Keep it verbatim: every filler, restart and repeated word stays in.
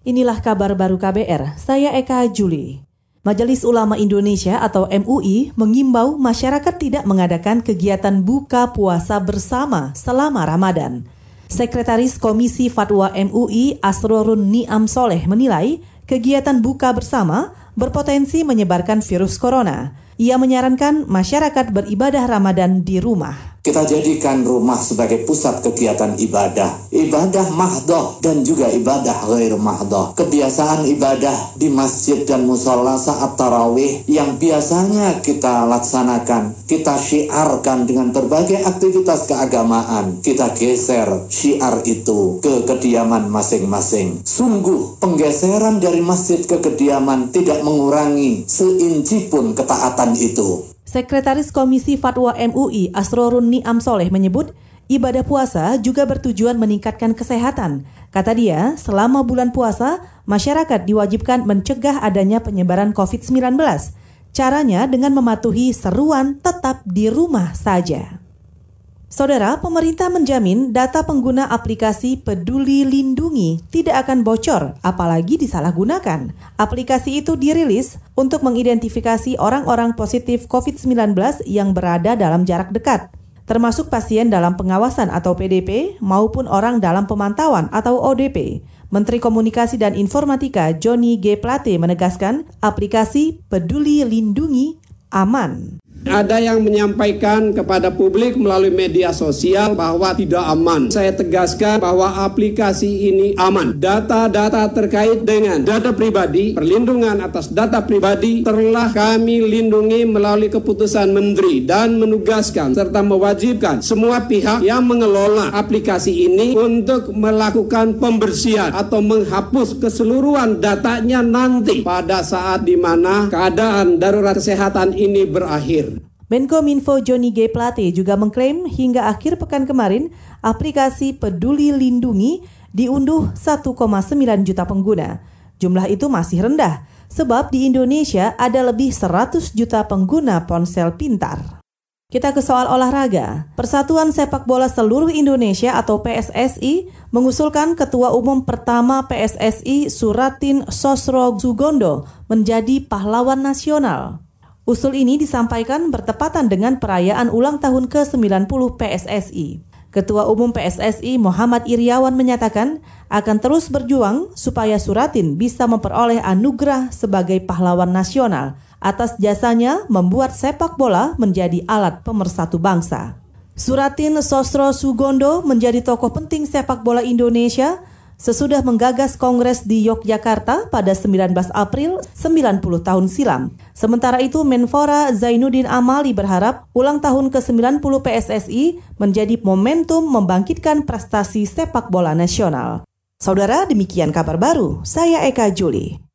Inilah kabar baru K B R, saya Eka Juli. Majelis Ulama Indonesia atau M U I mengimbau masyarakat tidak mengadakan kegiatan buka puasa bersama selama Ramadan. Sekretaris Komisi Fatwa M U I Asrorun Niam Soleh menilai kegiatan buka bersama berpotensi menyebarkan virus corona. Ia menyarankan masyarakat beribadah Ramadan di rumah. Kita jadikan rumah sebagai pusat kegiatan ibadah. Ibadah mahdoh dan juga ibadah ghair mahdoh. Kebiasaan ibadah di masjid dan musola saat tarawih yang biasanya kita laksanakan, kita syiarkan dengan berbagai aktivitas keagamaan. Kita geser syiar itu ke kediaman masing-masing. Sungguh penggeseran dari masjid ke kediaman tidak mengurangi seinci pun ketaatan itu. Sekretaris Komisi Fatwa M U I Asrorun Niam Soleh menyebut ibadah puasa juga bertujuan meningkatkan kesehatan. Kata dia, selama bulan puasa, masyarakat diwajibkan mencegah adanya penyebaran covid sembilan belas. Caranya dengan mematuhi seruan tetap di rumah saja. Saudara, pemerintah menjamin data pengguna aplikasi Peduli Lindungi tidak akan bocor, apalagi disalahgunakan. Aplikasi itu dirilis untuk mengidentifikasi orang-orang positif covid sembilan belas yang berada dalam jarak dekat, termasuk pasien dalam pengawasan atau P D P maupun orang dalam pemantauan atau O D P. Menteri Komunikasi dan Informatika Johnny G. Plate menegaskan aplikasi Peduli Lindungi aman. Ada yang menyampaikan kepada publik melalui media sosial bahwa tidak aman. Saya tegaskan bahwa aplikasi ini aman. Data-data terkait dengan data pribadi, perlindungan atas data pribadi telah kami lindungi melalui keputusan Menteri dan menugaskan serta mewajibkan semua pihak yang mengelola aplikasi ini untuk melakukan pembersihan atau menghapus keseluruhan datanya nanti pada saat di mana keadaan darurat kesehatan ini berakhir. Menkominfo Johnny G. Plate juga mengklaim hingga akhir pekan kemarin aplikasi Peduli Lindungi diunduh satu koma sembilan juta pengguna. Jumlah itu masih rendah sebab di Indonesia ada lebih seratus juta pengguna ponsel pintar. Kita ke soal olahraga. Persatuan Sepak Bola Seluruh Indonesia atau P S S I mengusulkan Ketua Umum pertama P S S I Suratin Sosrosugondo menjadi pahlawan nasional. Usul ini disampaikan bertepatan dengan perayaan ulang tahun ke sembilan puluh P S S I. Ketua Umum P S S I Muhammad Iriawan menyatakan akan terus berjuang supaya Suratin bisa memperoleh anugerah sebagai pahlawan nasional atas jasanya membuat sepak bola menjadi alat pemersatu bangsa. Suratin Sosrosugondo menjadi tokoh penting sepak bola Indonesia sesudah menggagas kongres di Yogyakarta pada sembilan belas April sembilan puluh tahun silam. Sementara itu, Menpora Zainuddin Amali berharap ulang tahun ke sembilan puluh P S S I menjadi momentum membangkitkan prestasi sepak bola nasional. Saudara, demikian kabar baru. Saya Eka Juli.